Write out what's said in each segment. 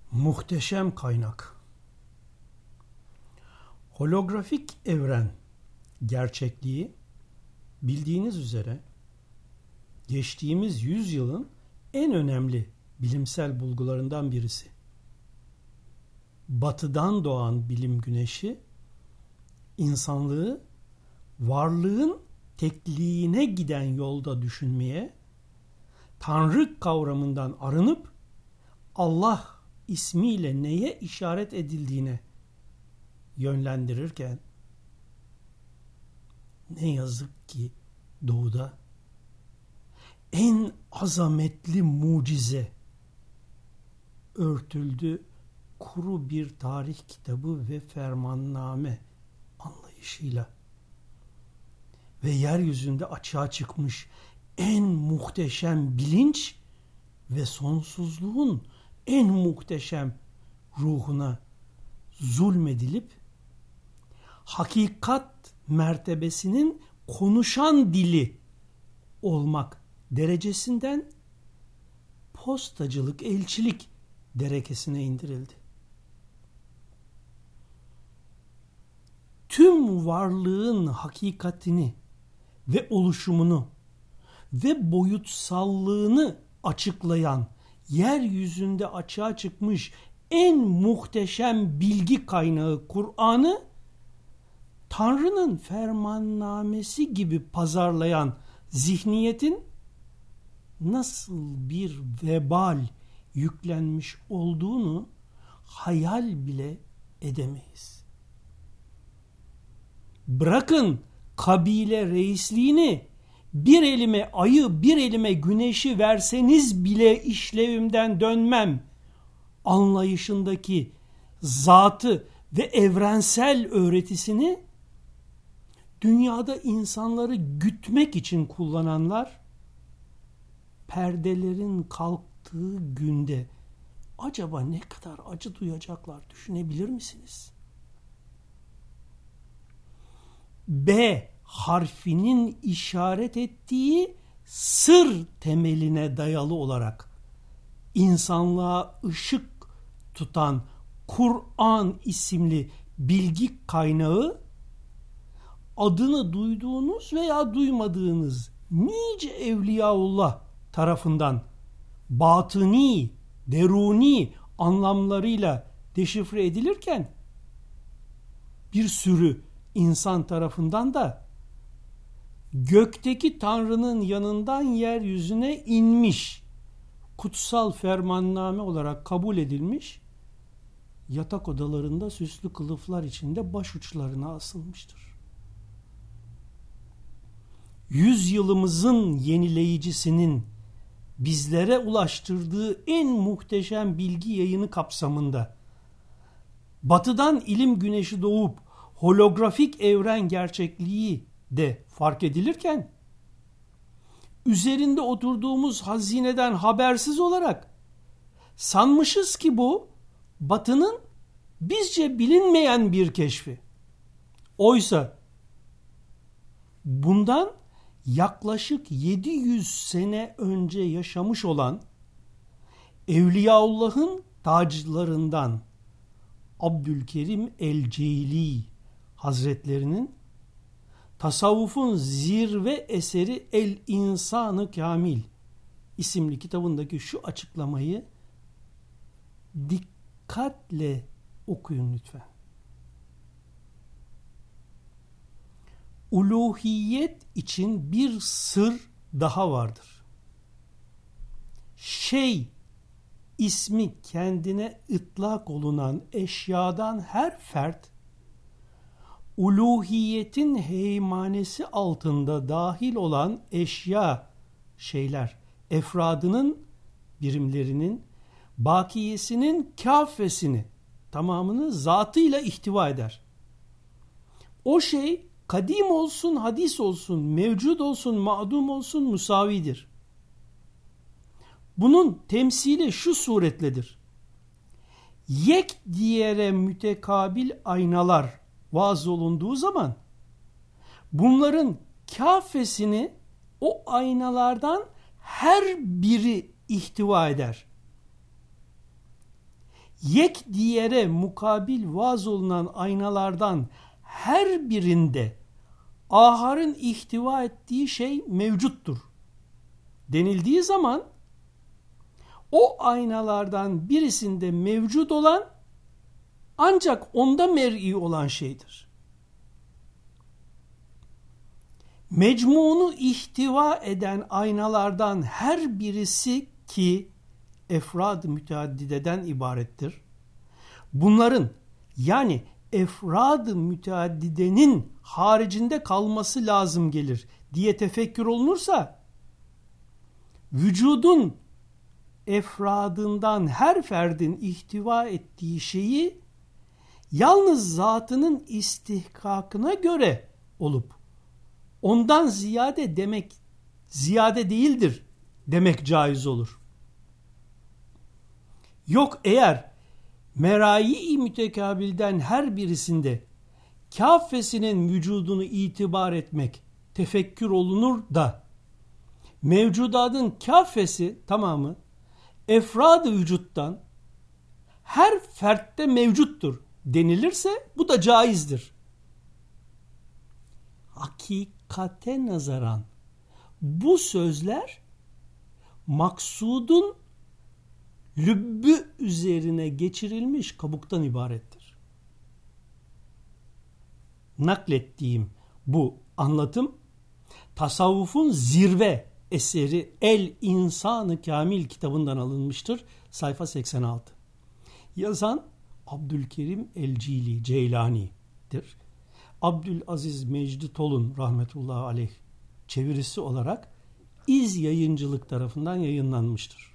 Muhteşem kaynak. Holografik evren gerçekliği bildiğiniz üzere geçtiğimiz yüzyılın en önemli bilimsel bulgularından birisi. Batıdan doğan bilim güneşi insanlığı varlığın tekliğine giden yolda düşünmeye, Tanrı kavramından arınıp Allah ismiyle neye işaret edildiğine yönlendirirken ne yazık ki doğuda en azametli mucize örtüldü kuru bir tarih kitabı ve fermanname anlayışıyla ve yeryüzünde açığa çıkmış en muhteşem bilinç ve sonsuzluğun en muhteşem ruhuna zulmedilip hakikat mertebesinin konuşan dili olmak derecesinden postacılık, elçilik derekesine indirildi. Tüm varlığın hakikatini ve oluşumunu ve boyutsallığını açıklayan yeryüzünde açığa çıkmış en muhteşem bilgi kaynağı Kur'an'ı Tanrı'nın fermannamesi gibi pazarlayan zihniyetin nasıl bir vebal yüklenmiş olduğunu hayal bile edemeyiz. Bırakın kabile reisliğini, bir elime ayı, bir elime güneşi verseniz bile işlevimden dönmem anlayışındaki zatı ve evrensel öğretisini dünyada insanları gütmek için kullananlar perdelerin kalktığı günde acaba ne kadar acı duyacaklar düşünebilir misiniz? B harfinin işaret ettiği sır temeline dayalı olarak insanlığa ışık tutan Kur'an isimli bilgi kaynağı adını duyduğunuz veya duymadığınız nice evliyaullah tarafından batıni, deruni anlamlarıyla deşifre edilirken bir sürü insan tarafından da gökteki Tanrı'nın yanından yeryüzüne inmiş, kutsal fermanname olarak kabul edilmiş, yatak odalarında süslü kılıflar içinde başuçlarına asılmıştır. Yüzyılımızın yenileyicisinin bizlere ulaştırdığı en muhteşem bilgi yayını kapsamında batıdan ilim güneşi doğup holografik evren gerçekliği de fark edilirken üzerinde oturduğumuz hazineden habersiz olarak sanmışız ki bu Batı'nın bizce bilinmeyen bir keşfi. Oysa bundan yaklaşık 700 sene önce yaşamış olan Evliyaullah'ın taclarından Abdülkerim el-Ceyli Hazretlerinin tasavvufun zirve eseri El-İnsan-ı Kamil isimli kitabındaki şu açıklamayı dikkatle okuyun lütfen. Uluhiyet için bir sır daha vardır. Şey ismi kendine ıtlak olunan eşyadan her fert uluhiyetin heymanesi altında dahil olan eşya, şeyler, efradının, birimlerinin, bakiyesinin kâfesini, tamamını zatıyla ihtiva eder. O şey kadim olsun, hadis olsun, mevcut olsun, ma'dum olsun, musavidir. Bunun temsili şu suretledir. Yek diğere mütekabil aynalar vaz olunduğu zaman bunların kâfesini o aynalardan her biri ihtiva eder. yek diğere mukabil vaz olunan aynalardan her birinde aharın ihtiva ettiği şey mevcuttur denildiği zaman o aynalardan birisinde mevcut olan ancak onda mer'i olan şeydir. Mecmuunu ihtiva eden aynalardan her birisi ki efrad-ı müteaddideden ibarettir. Bunların yani efrad-ı müteaddidenin haricinde kalması lazım gelir diye tefekkür olunursa vücudun efradından her ferdin ihtiva ettiği şeyi yalnız zatının istihkakına göre olup ondan ziyade demek ziyade değildir demek caiz olur. Yok eğer merai-i mütekabilden her birisinde kâffesinin vücudunu itibar etmek tefekkür olunur da mevcudatın kâffesi tamamı efrad-ı vücuttan her fertte mevcuttur denilirse bu da caizdir. Hakikate nazaran bu sözler maksudun lübbü üzerine geçirilmiş kabuktan ibarettir. Naklettiğim bu anlatım tasavvufun zirve eseri El İnsan-ı Kamil kitabından alınmıştır. Sayfa 86. Yazan Abdülkerim El-Cili Ceylani'dir. Abdülaziz Mecdi Tolun rahmetullahi aleyh çevirisi olarak İz Yayıncılık tarafından yayınlanmıştır.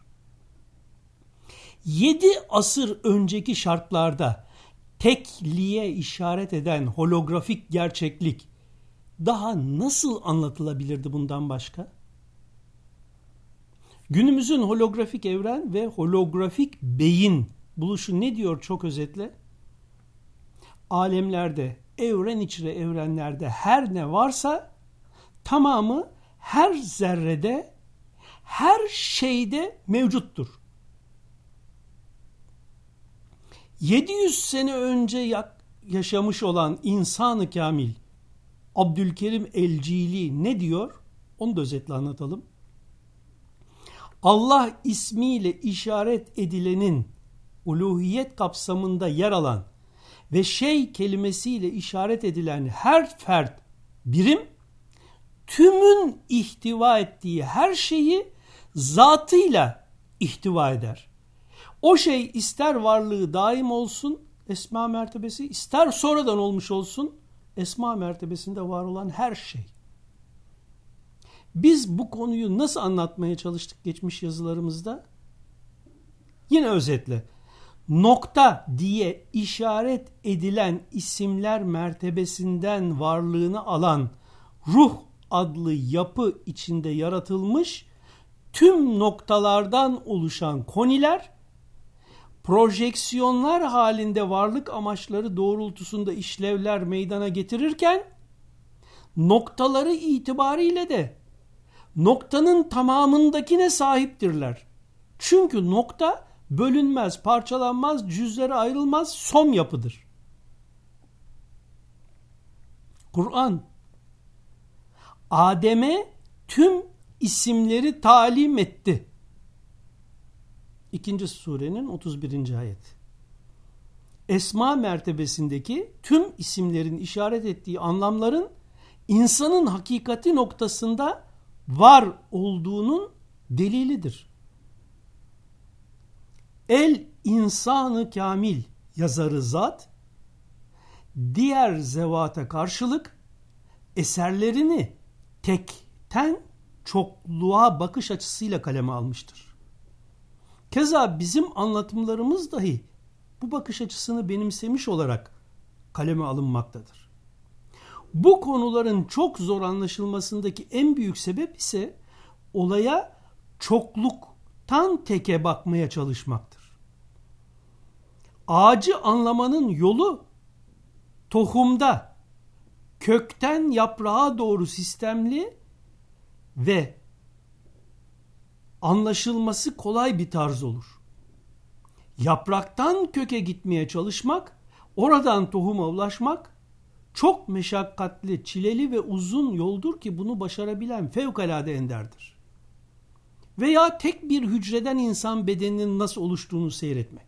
7 asır önceki şartlarda tekliğe işaret eden holografik gerçeklik daha nasıl anlatılabilirdi bundan başka? Günümüzün holografik evren ve holografik beyin buluşu ne diyor çok özetle? Alemlerde, evren içre evrenlerde her ne varsa tamamı her zerrede, her şeyde mevcuttur. 700 sene önce yaşamış olan İnsan-ı Kamil Abdülkerim El-Cili ne diyor? Onu da özetle anlatalım. Allah ismiyle işaret edilenin uluhiyet kapsamında yer alan ve şey kelimesiyle işaret edilen her fert birim tümün ihtiva ettiği her şeyi zatıyla ihtiva eder. O şey ister varlığı daim olsun esma mertebesi, ister sonradan olmuş olsun esma mertebesinde var olan her şey. Biz bu konuyu nasıl anlatmaya çalıştık geçmiş yazılarımızda? Yine özetle. Nokta diye işaret edilen isimler mertebesinden varlığını alan ruh adlı yapı içinde yaratılmış tüm noktalardan oluşan koniler projeksiyonlar halinde varlık amaçları doğrultusunda işlevler meydana getirirken noktaları itibariyle de noktanın tamamındakine sahiptirler. Çünkü nokta bölünmez, parçalanmaz, cüzlere ayrılmaz, som yapıdır. Kur'an Adem'e tüm isimleri talim etti. 2. surenin 31. ayet. Esma mertebesindeki tüm isimlerin işaret ettiği anlamların insanın hakikati noktasında var olduğunun delilidir. El İnsan-ı Kamil yazarı zat diğer zevata karşılık eserlerini tekten çokluğa bakış açısıyla kaleme almıştır. Keza bizim anlatımlarımız dahi bu bakış açısını benimsemiş olarak kaleme alınmaktadır. Bu konuların çok zor anlaşılmasındaki en büyük sebep ise olaya çokluktan teke bakmaya çalışmaktır. Ağacı anlamanın yolu tohumda kökten yaprağa doğru sistemli ve anlaşılması kolay bir tarz olur. Yapraktan köke gitmeye çalışmak, oradan tohuma ulaşmak çok meşakkatli, çileli ve uzun yoldur ki bunu başarabilen fevkalade enderdir. Veya tek bir hücreden insan bedeninin nasıl oluştuğunu seyretmek.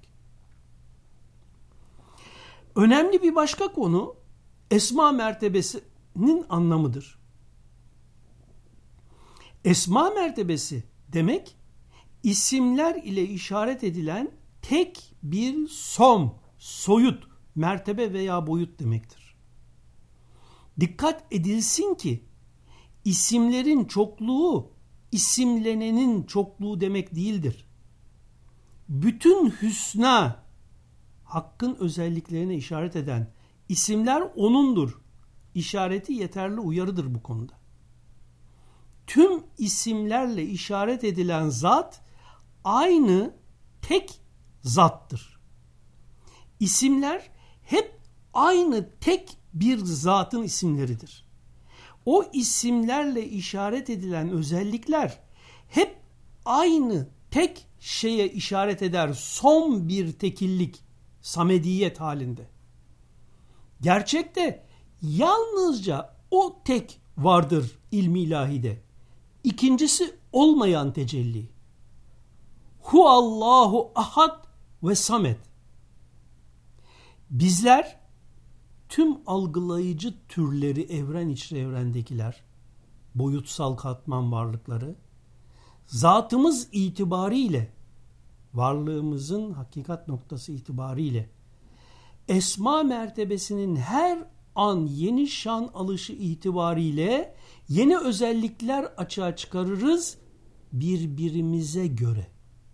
Önemli bir başka konu esma mertebesinin anlamıdır. Esma mertebesi demek isimler ile işaret edilen tek bir soyut, mertebe veya boyut demektir. Dikkat edilsin ki isimlerin çokluğu isimlenenin çokluğu demek değildir. Bütün hüsna, Hakk'ın özelliklerine işaret eden isimler O'nundur. İşareti yeterli uyarıdır bu konuda. Tüm isimlerle işaret edilen zat aynı tek zattır. İsimler hep aynı tek bir zatın isimleridir. O isimlerle işaret edilen özellikler hep aynı tek şeye işaret eder. Son bir tekillik, samediyet halinde. Gerçekte yalnızca o tek vardır ilmi ilahide. İkincisi olmayan tecelli. Huallahu ahad ve samet. Bizler tüm algılayıcı türleri evren içre evrendekiler, boyutsal katman varlıkları, zatımız itibariyle, varlığımızın hakikat noktası itibariyle, esma mertebesinin her an yeni şan alışı itibariyle yeni özellikler açığa çıkarırız birbirimize göre.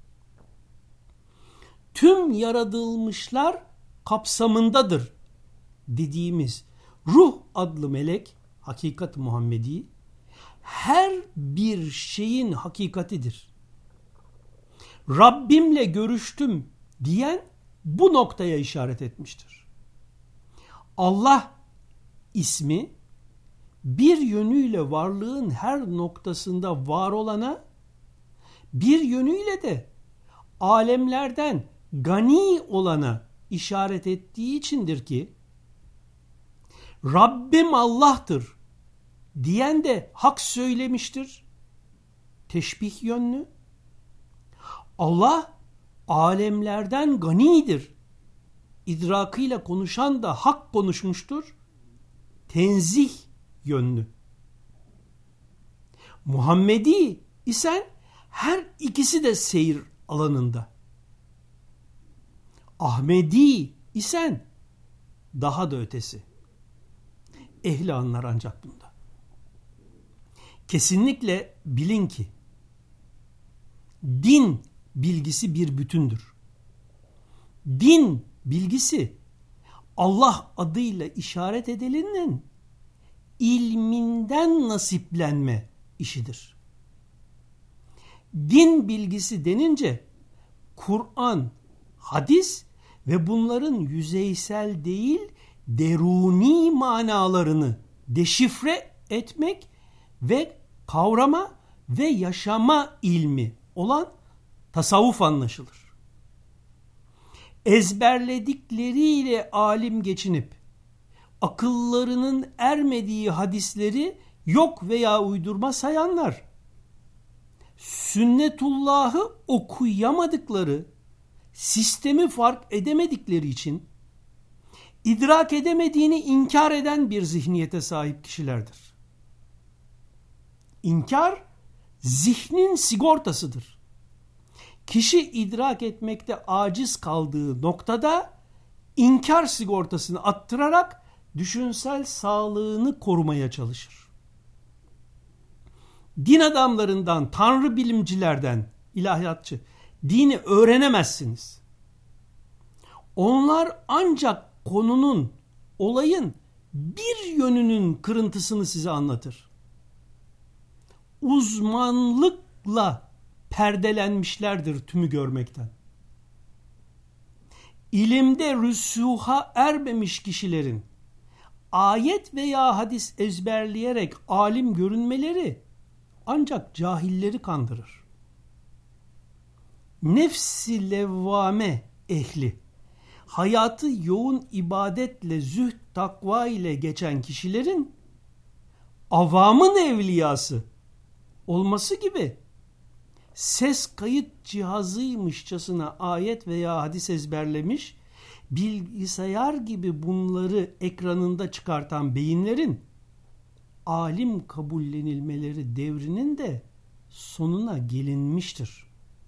Tüm yaratılmışlar kapsamındadır dediğimiz ruh adlı melek, hakikat-ı Muhammedi, her bir şeyin hakikatidir. Rabbimle görüştüm diyen bu noktaya işaret etmiştir. Allah ismi bir yönüyle varlığın her noktasında var olana, bir yönüyle de alemlerden gani olana işaret ettiği içindir ki Rabbim Allah'tır diyen de hak söylemiştir. Teşbih yönlü. Allah alemlerden ganidir. İdrakıyla konuşan da hak konuşmuştur. Tenzih yönlü. Muhammedi isen her ikisi de seyir alanında. Ahmedi isen daha da ötesi. Ehli anlar ancak bunda. Kesinlikle bilin ki din bilgisi bir bütündür. Din bilgisi Allah adıyla işaret edilenin ilminden nasiplenme işidir. Din bilgisi denince Kur'an, hadis ve bunların yüzeysel değil deruni manalarını deşifre etmek ve kavrama ve yaşama ilmi olan tasavvuf anlaşılır. Ezberledikleriyle alim geçinip akıllarının ermediği hadisleri yok veya uydurma sayanlar, sünnetullahı okuyamadıkları, sistemi fark edemedikleri için idrak edemediğini inkar eden bir zihniyete sahip kişilerdir. İnkar zihnin sigortasıdır. Kişi idrak etmekte aciz kaldığı noktada inkar sigortasını attırarak düşünsel sağlığını korumaya çalışır. Din adamlarından, tanrı bilimcilerden, ilahiyatçı, dini öğrenemezsiniz. Onlar ancak konunun, olayın bir yönünün kırıntısını size anlatır. Uzmanlıkla perdelenmişlerdir tümü görmekten. İlimde rüsuha ermemiş kişilerin ayet veya hadis ezberleyerek alim görünmeleri ancak cahilleri kandırır. Nefs-i levvame ehli, hayatı yoğun ibadetle, zühd, takva ile geçen kişilerin avamın evliyası olması gibi ses kayıt cihazıymışçasına ayet veya hadis ezberlemiş, bilgisayar gibi bunları ekranında çıkartan beyinlerin alim kabullenilmeleri devrinin de sonuna gelinmiştir.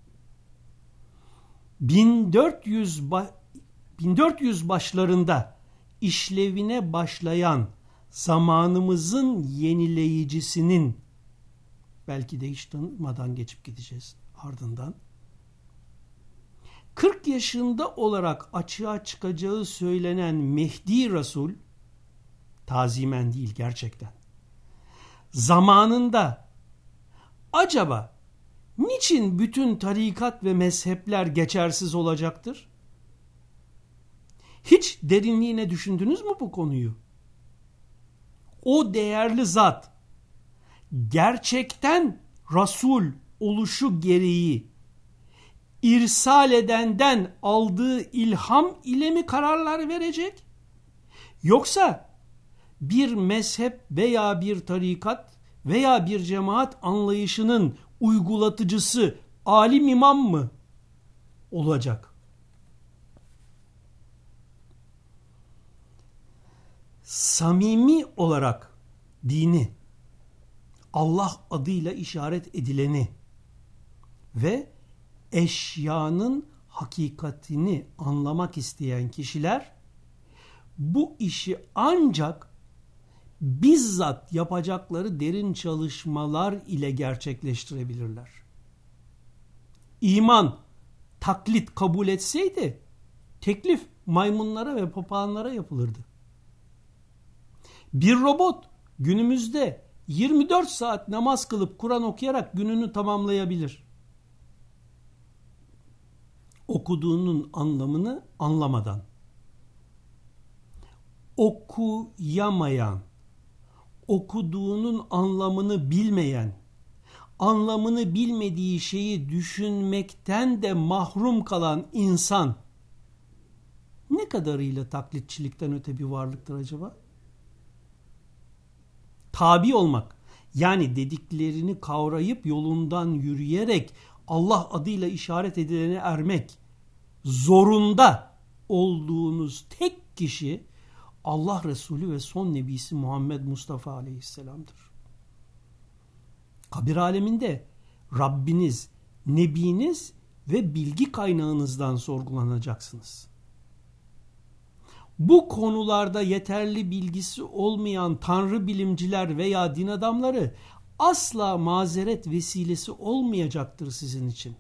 1400 başlarında işlevine başlayan zamanımızın yenileyicisinin, belki de hiç tanımadan geçip gideceğiz ardından, 40 yaşında olarak açığa çıkacağı söylenen Mehdi Resul, tazimen değil gerçekten, zamanında acaba niçin bütün tarikat ve mezhepler geçersiz olacaktır? Hiç derinliğine düşündünüz mü bu konuyu? O değerli zat gerçekten Resul oluşu gereği irsal edenden aldığı ilham ile mi kararlar verecek? Yoksa bir mezhep veya bir tarikat veya bir cemaat anlayışının uygulatıcısı alim imam mı olacak? Samimi olarak dini, Allah adıyla işaret edileni ve eşyanın hakikatini anlamak isteyen kişiler bu işi ancak bizzat yapacakları derin çalışmalar ile gerçekleştirebilirler. İman, taklit kabul etseydi teklif maymunlara ve papağanlara yapılırdı. Bir robot günümüzde 24 saat namaz kılıp Kur'an okuyarak gününü tamamlayabilir. Okuduğunun anlamını anlamadan. Okuyamayan, okuduğunun anlamını bilmeyen, anlamını bilmediği şeyi düşünmekten de mahrum kalan insan ne kadarıyla taklitçilikten öte bir varlıktır acaba? Tabi olmak, yani dediklerini kavrayıp yolundan yürüyerek Allah adıyla işaret edilene ermek zorunda olduğunuz tek kişi Allah Resulü ve son nebisi Muhammed Mustafa Aleyhisselam'dır. Kabir aleminde Rabbiniz, Nebiniz ve bilgi kaynağınızdan sorgulanacaksınız. Bu konularda yeterli bilgisi olmayan tanrı bilimciler veya din adamları asla mazeret vesilesi olmayacaktır sizin için.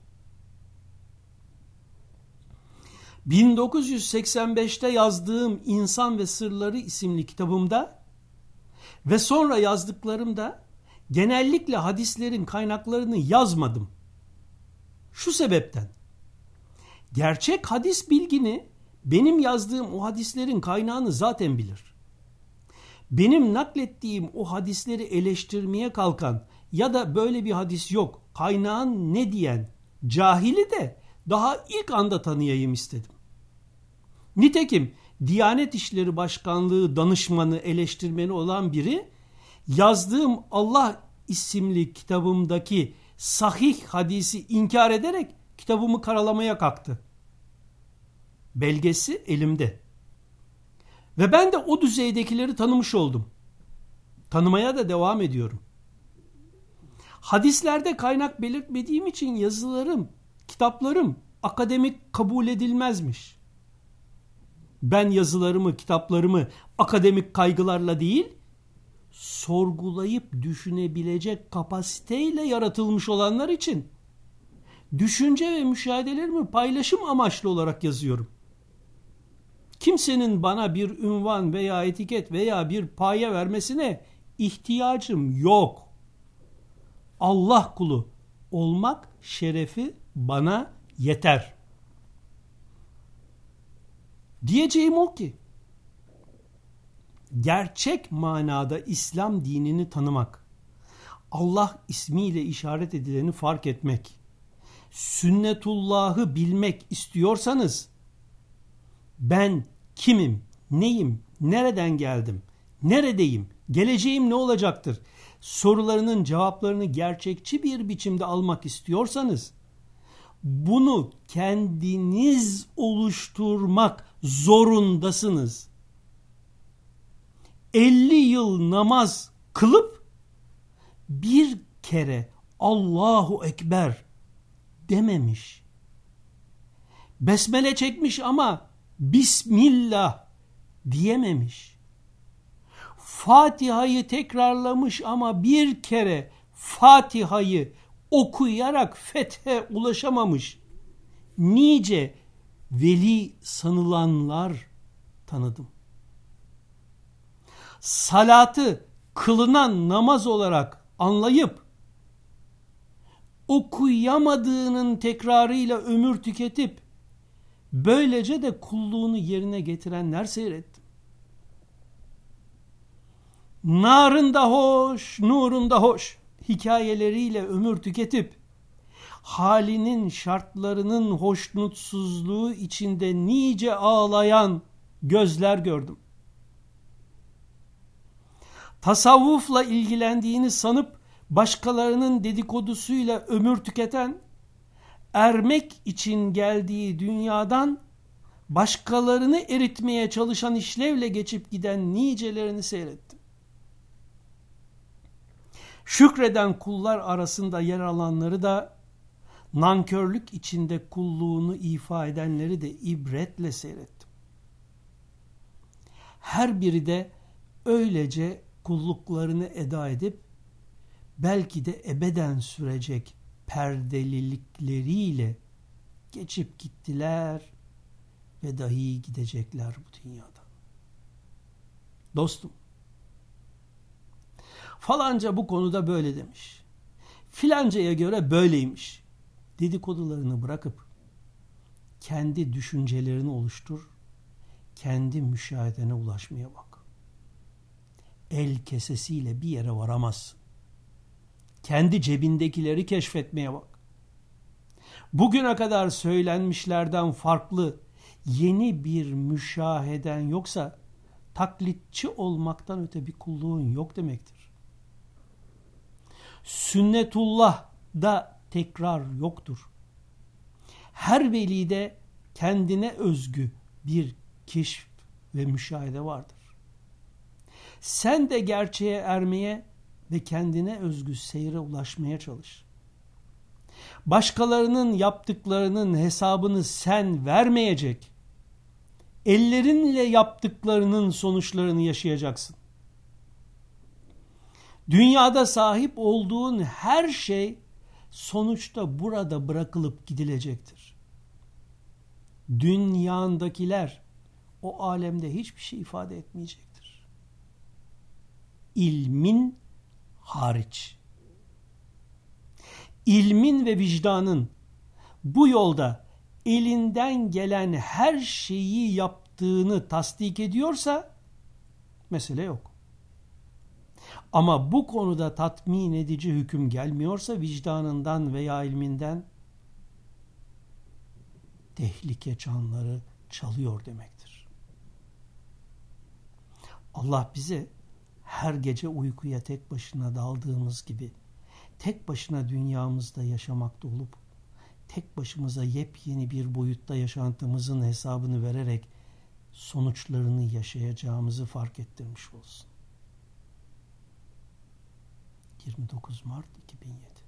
1985'te yazdığım İnsan ve Sırları isimli kitabımda ve sonra yazdıklarımda genellikle hadislerin kaynaklarını yazmadım. Şu sebepten: gerçek hadis bilgini benim yazdığım o hadislerin kaynağını zaten bilir. Benim naklettiğim o hadisleri eleştirmeye kalkan ya da böyle bir hadis yok, kaynağın ne diyen cahili de daha ilk anda tanıyayım istedim. Nitekim Diyanet İşleri Başkanlığı danışmanı, eleştirmeni olan biri yazdığım Allah isimli kitabımdaki sahih hadisi inkar ederek kitabımı karalamaya kalktı. Belgesi elimde. Ve ben de o düzeydekileri tanımış oldum. Tanımaya da devam ediyorum. Hadislerde kaynak belirtmediğim için yazılarım, kitaplarım akademik kabul edilmezmiş. Ben yazılarımı, kitaplarımı akademik kaygılarla değil, sorgulayıp düşünebilecek kapasiteyle yaratılmış olanlar için düşünce ve müşahedelerimi paylaşım amaçlı olarak yazıyorum. Kimsenin bana bir ünvan veya etiket veya bir paye vermesine ihtiyacım yok. Allah kulu olmak şerefi bana yeter. Diyeceğim o ki, gerçek manada İslam dinini tanımak, Allah ismiyle işaret edileni fark etmek, sünnetullahı bilmek istiyorsanız Ben kimim, neyim, nereden geldim, neredeyim, geleceğim ne olacaktır sorularının cevaplarını gerçekçi bir biçimde almak istiyorsanız bunu kendiniz oluşturmak zorundasınız. 50 yıl namaz kılıp bir kere Allahu Ekber dememiş. Besmele çekmiş ama Bismillah diyememiş. Fatiha'yı tekrarlamış ama bir kere Fatiha'yı okuyarak fethe ulaşamamış. Nice veli sanılanlar tanıdım. Salatı kılınan namaz olarak anlayıp okuyamadığının tekrarıyla ömür tüketip böylece de kulluğunu yerine getirenler seyrettim. Narında hoş, nurunda hoş hikayeleriyle ömür tüketip halinin şartlarının hoşnutsuzluğu içinde nice ağlayan gözler gördüm. Tasavvufla ilgilendiğini sanıp başkalarının dedikodusuyla ömür tüketen, ermek için geldiği dünyadan başkalarını eritmeye çalışan işlevle geçip giden nicelerini seyrettim. Şükreden kullar arasında yer alanları da, nankörlük içinde kulluğunu ifa edenleri de ibretle seyrettim. Her biri de öylece kulluklarını eda edip, belki de ebeden sürecek perdelilikleriyle geçip gittiler ve dahi gidecekler bu dünyadan. Dostum, falanca bu konuda böyle demiş, filancaya göre böyleymiş dedikodularını bırakıp kendi düşüncelerini oluştur, kendi müşahedene ulaşmaya bak. El kesesiyle bir yere varamazsın. Kendi cebindekileri keşfetmeye bak. Bugüne kadar söylenmişlerden farklı yeni bir müşaheden yoksa taklitçi olmaktan öte bir kulluğun yok demektir. Sünnetullah'da tekrar yoktur. Her velide kendine özgü bir keşif ve müşahede vardır. Sen de gerçeğe ermeye ve kendine özgü seyre ulaşmaya çalış. Başkalarının yaptıklarının hesabını sen vermeyecek, ellerinle yaptıklarının sonuçlarını yaşayacaksın. Dünyada sahip olduğun her şey sonuçta burada bırakılıp gidilecektir. Dünyandakiler o alemde hiçbir şey ifade etmeyecektir. İlmin hariç. İlmin ve vicdanın bu yolda elinden gelen her şeyi yaptığını tasdik ediyorsa mesele yok. Ama bu konuda tatmin edici hüküm gelmiyorsa vicdanından veya ilminden tehlike çanları çalıyor demektir. Allah bize her gece uykuya tek başına daldığımız gibi tek başına dünyamızda yaşamakta olup tek başımıza yepyeni bir boyutta yaşantımızın hesabını vererek sonuçlarını yaşayacağımızı fark ettirmiş olsun. 29 Mart 2007